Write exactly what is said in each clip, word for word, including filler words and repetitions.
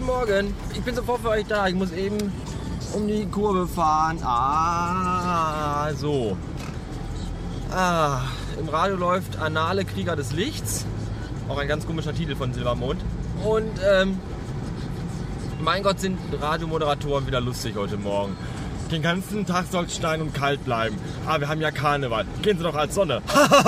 Morgen. Ich bin sofort für euch da. Ich muss eben um die Kurve fahren. Ah, so. Ah, im Radio läuft Anale Krieger des Lichts. Auch ein ganz komischer Titel von Silbermond. Und, ähm, mein Gott, sind Radiomoderatoren wieder lustig heute Morgen. Den ganzen Tag soll es schneien und kalt bleiben. Ah, wir haben ja Karneval. Gehen Sie doch als Sonne.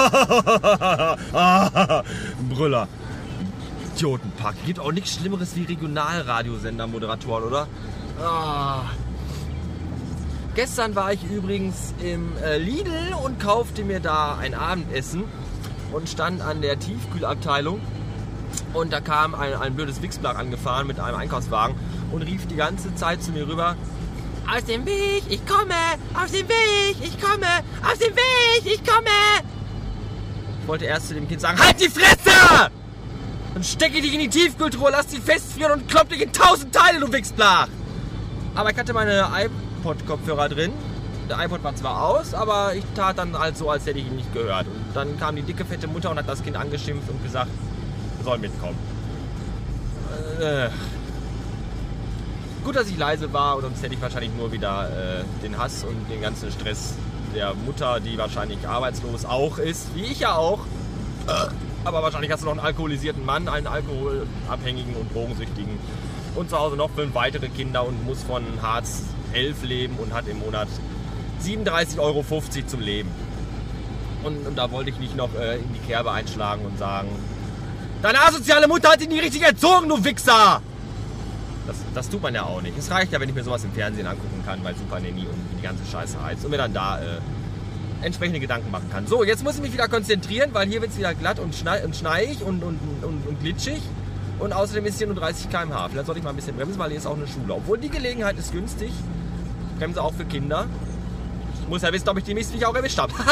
Brüller. Idiotenpack. Gibt auch nichts Schlimmeres wie Regionalradiosender-Moderatoren, oder? Ah. Gestern war ich übrigens im äh, Lidl und kaufte mir da ein Abendessen und stand an der Tiefkühlabteilung. Und da kam ein, ein blödes Wichsblach angefahren mit einem Einkaufswagen und rief die ganze Zeit zu mir rüber: Aus dem Weg, ich komme! Aus dem Weg, ich komme! Aus dem Weg, ich komme! Ich wollte erst zu dem Kind sagen: Halt die Fresse! Dann stecke dich in die Tiefkühltruhe, lass sie festfrieren und klopp dich in tausend Teile, du Wichsblach! Aber ich hatte meine iPod-Kopfhörer drin. Der iPod war zwar aus, aber ich tat dann halt so, als hätte ich ihn nicht gehört. Und dann kam die dicke, fette Mutter und hat das Kind angeschimpft und gesagt, soll mitkommen. Äh, gut, dass ich leise war, und sonst hätte ich wahrscheinlich nur wieder äh, den Hass und den ganzen Stress der Mutter, die wahrscheinlich arbeitslos auch ist, wie ich ja auch. Äh, aber wahrscheinlich hast du noch einen alkoholisierten Mann, einen alkoholabhängigen und drogensüchtigen und zu Hause noch fünf weitere Kinder und muss von Hartz elf leben und hat im Monat siebenunddreißig Euro fünfzig zum Leben. Und, und da wollte ich nicht noch äh, in die Kerbe einschlagen und sagen: Deine asoziale Mutter hat dich nicht richtig erzogen, du Wichser! Das, das tut man ja auch nicht. Es reicht ja, wenn ich mir sowas im Fernsehen angucken kann, bei Super Nanny und die ganze Scheiße heißt. Und mir dann da äh, entsprechende Gedanken machen kann. So, jetzt muss ich mich wieder konzentrieren, weil hier wird es wieder glatt und, schnei und schneig und, und, und, und glitschig. Und außerdem ist hier nur dreißig Kilometer pro Stunde. Vielleicht sollte ich mal ein bisschen bremsen, weil hier ist auch eine Schule. Obwohl die Gelegenheit ist günstig. Bremse auch für Kinder. Ich muss ja wissen, ob ich die Mistviecher auch erwischt habe.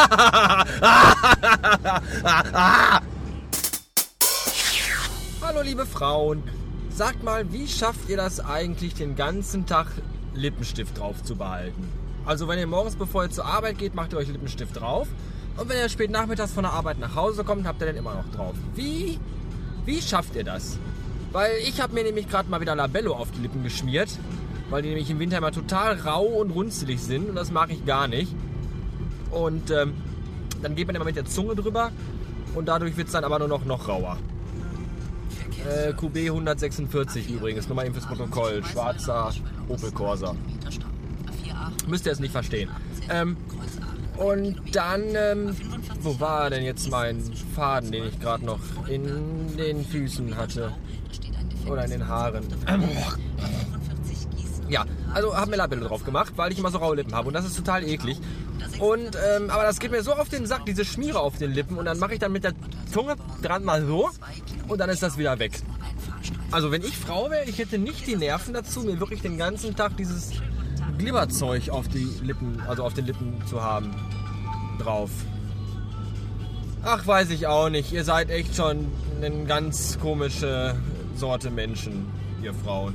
Hallo liebe Frauen. Sagt mal, wie schafft ihr das eigentlich, den ganzen Tag Lippenstift drauf zu behalten? Also wenn ihr morgens, bevor ihr zur Arbeit geht, macht ihr euch Lippenstift drauf. Und wenn ihr spät nachmittags von der Arbeit nach Hause kommt, habt ihr den immer noch drauf. Wie, wie schafft ihr das? Weil ich habe mir nämlich gerade mal wieder Labello auf die Lippen geschmiert. Weil die nämlich im Winter immer total rau und runzelig sind. Und das mag ich gar nicht. Und ähm, dann geht man immer mit der Zunge drüber. Und dadurch wird es dann aber nur noch, noch rauer. Äh, Q B hundertsechsundvierzig übrigens, nur mal eben fürs Protokoll. Schwarzer Opel Corsa. Müsst ihr es nicht verstehen. Ähm, und dann, ähm, wo war denn jetzt mein Faden, den ich gerade noch in den Füßen hatte? Oder in den Haaren? Ähm, ja, also habe mir Labello drauf gemacht, weil ich immer so raue Lippen habe. Und das ist total eklig. Und, ähm, aber das geht mir so auf den Sack, diese Schmiere auf den Lippen. Und dann mache ich dann mit der Zunge dran mal so. Und dann ist das wieder weg. Also wenn ich Frau wäre, ich hätte nicht die Nerven dazu, mir wirklich den ganzen Tag dieses Glibberzeug auf die Lippen, also auf den Lippen zu haben, drauf. Ach, weiß ich auch nicht. Ihr seid echt schon eine ganz komische Sorte Menschen, ihr Frauen.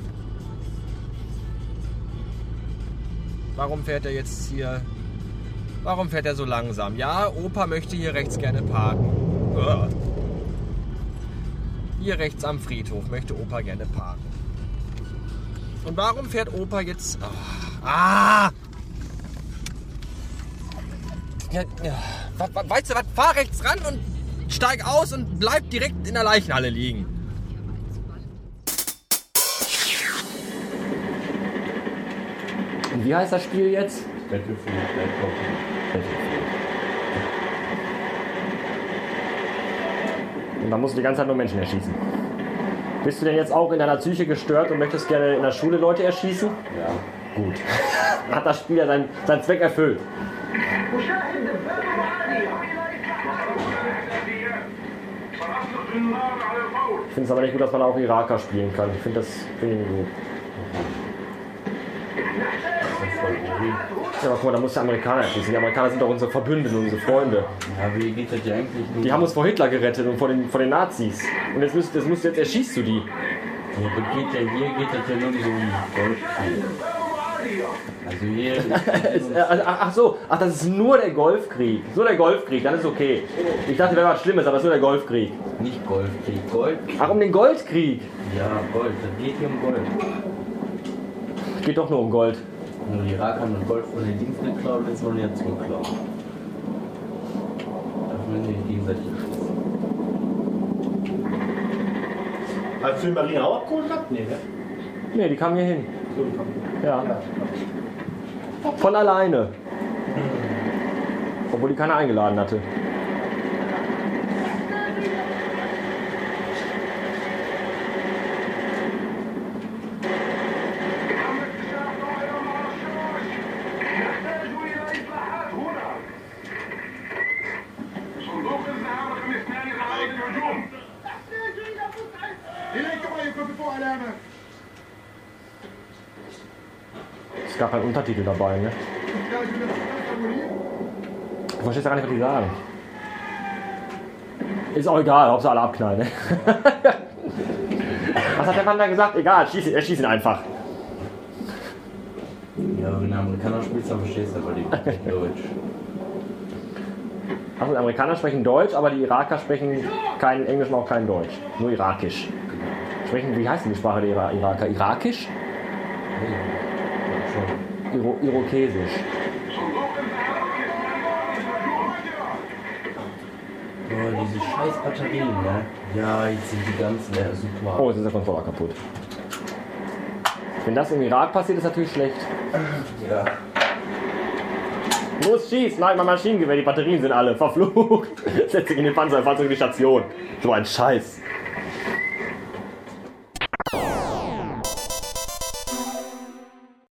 Warum fährt er jetzt hier... Warum fährt er so langsam? Ja, Opa möchte hier rechts gerne parken. Uah. Hier rechts am Friedhof möchte Opa gerne parken. Und warum fährt Opa jetzt... Oh. Ah! Ja, ja. Weißt du was? Fahr rechts ran und steig aus und bleib direkt in der Leichenhalle liegen. Und wie heißt das Spiel jetzt? Battlefield, Battlefield. Und da musst du die ganze Zeit nur Menschen erschießen. Bist du denn jetzt auch in deiner Psyche gestört und möchtest gerne in der Schule Leute erschießen? Ja. Gut. Dann hat das Spiel ja seinen, seinen Zweck erfüllt. Ich finde es aber nicht gut, dass man auch Iraker spielen kann. Ich finde das finde ich nicht gut. Ja, aber guck mal, da muss der Amerikaner erschießen. Die Amerikaner sind doch unsere Verbündeten, unsere Freunde. Ja, wie geht das ja eigentlich nicht? Die haben uns vor Hitler gerettet und vor den, vor den Nazis. Und jetzt, musst, jetzt, musst, jetzt erschießt du die. Ja, das geht ja hier, geht das ja nur so um Golfspiel. Also hier Es, äh, ach, ach so, ach, das ist nur der Golfkrieg. So der Golfkrieg, dann ist okay. Ich dachte, wäre was Schlimmes, aber es ist nur der Golfkrieg. nicht Goldkrieg, Goldkrieg. Ach, um den Goldkrieg. Ja, Gold, das geht hier um Gold. Es geht doch nur um Gold. Und die Iraker haben das Gold von den Dings geklaut und jetzt wollen die ja zurückklauen. Dafür müssen die gegenseitig schießen. Hast du die Marina auch abgeholt gehabt? Nee, ne? Nee, die kamen hier hin. So, die kommen. Ja. Von alleine. Obwohl die keiner eingeladen hatte. Es gab einen Untertitel dabei, ne? Du verstehst ja gar nicht, was die sagen. Ist auch egal, Hauptsache alle abknallen, ne? Was hat der Mann da gesagt? Egal, schieß ihn, er schießt ihn einfach. Ja, wenn du Amerikaner spielst, dann verstehst du aber die sprechen Deutsch. Also die Amerikaner sprechen Deutsch, aber die Iraker sprechen kein Englisch und auch kein Deutsch. Nur Irakisch. Sprechen, wie heißt denn die Sprache der Ira- Iraker? Irakisch? Ja, schon. Iro Irokesisch. Oh, diese scheiß Batterien, ne? Ja, jetzt sind die ganzen, ja, super. Oh, jetzt ist der Controller kaputt. Wenn das im Irak passiert, ist natürlich schlecht. Ja. Los, schieß! Nein, mein Maschinengewehr, die Batterien sind alle verflucht. Setz dich in den Panzer, fahr zurück in die Station. So ein Scheiß.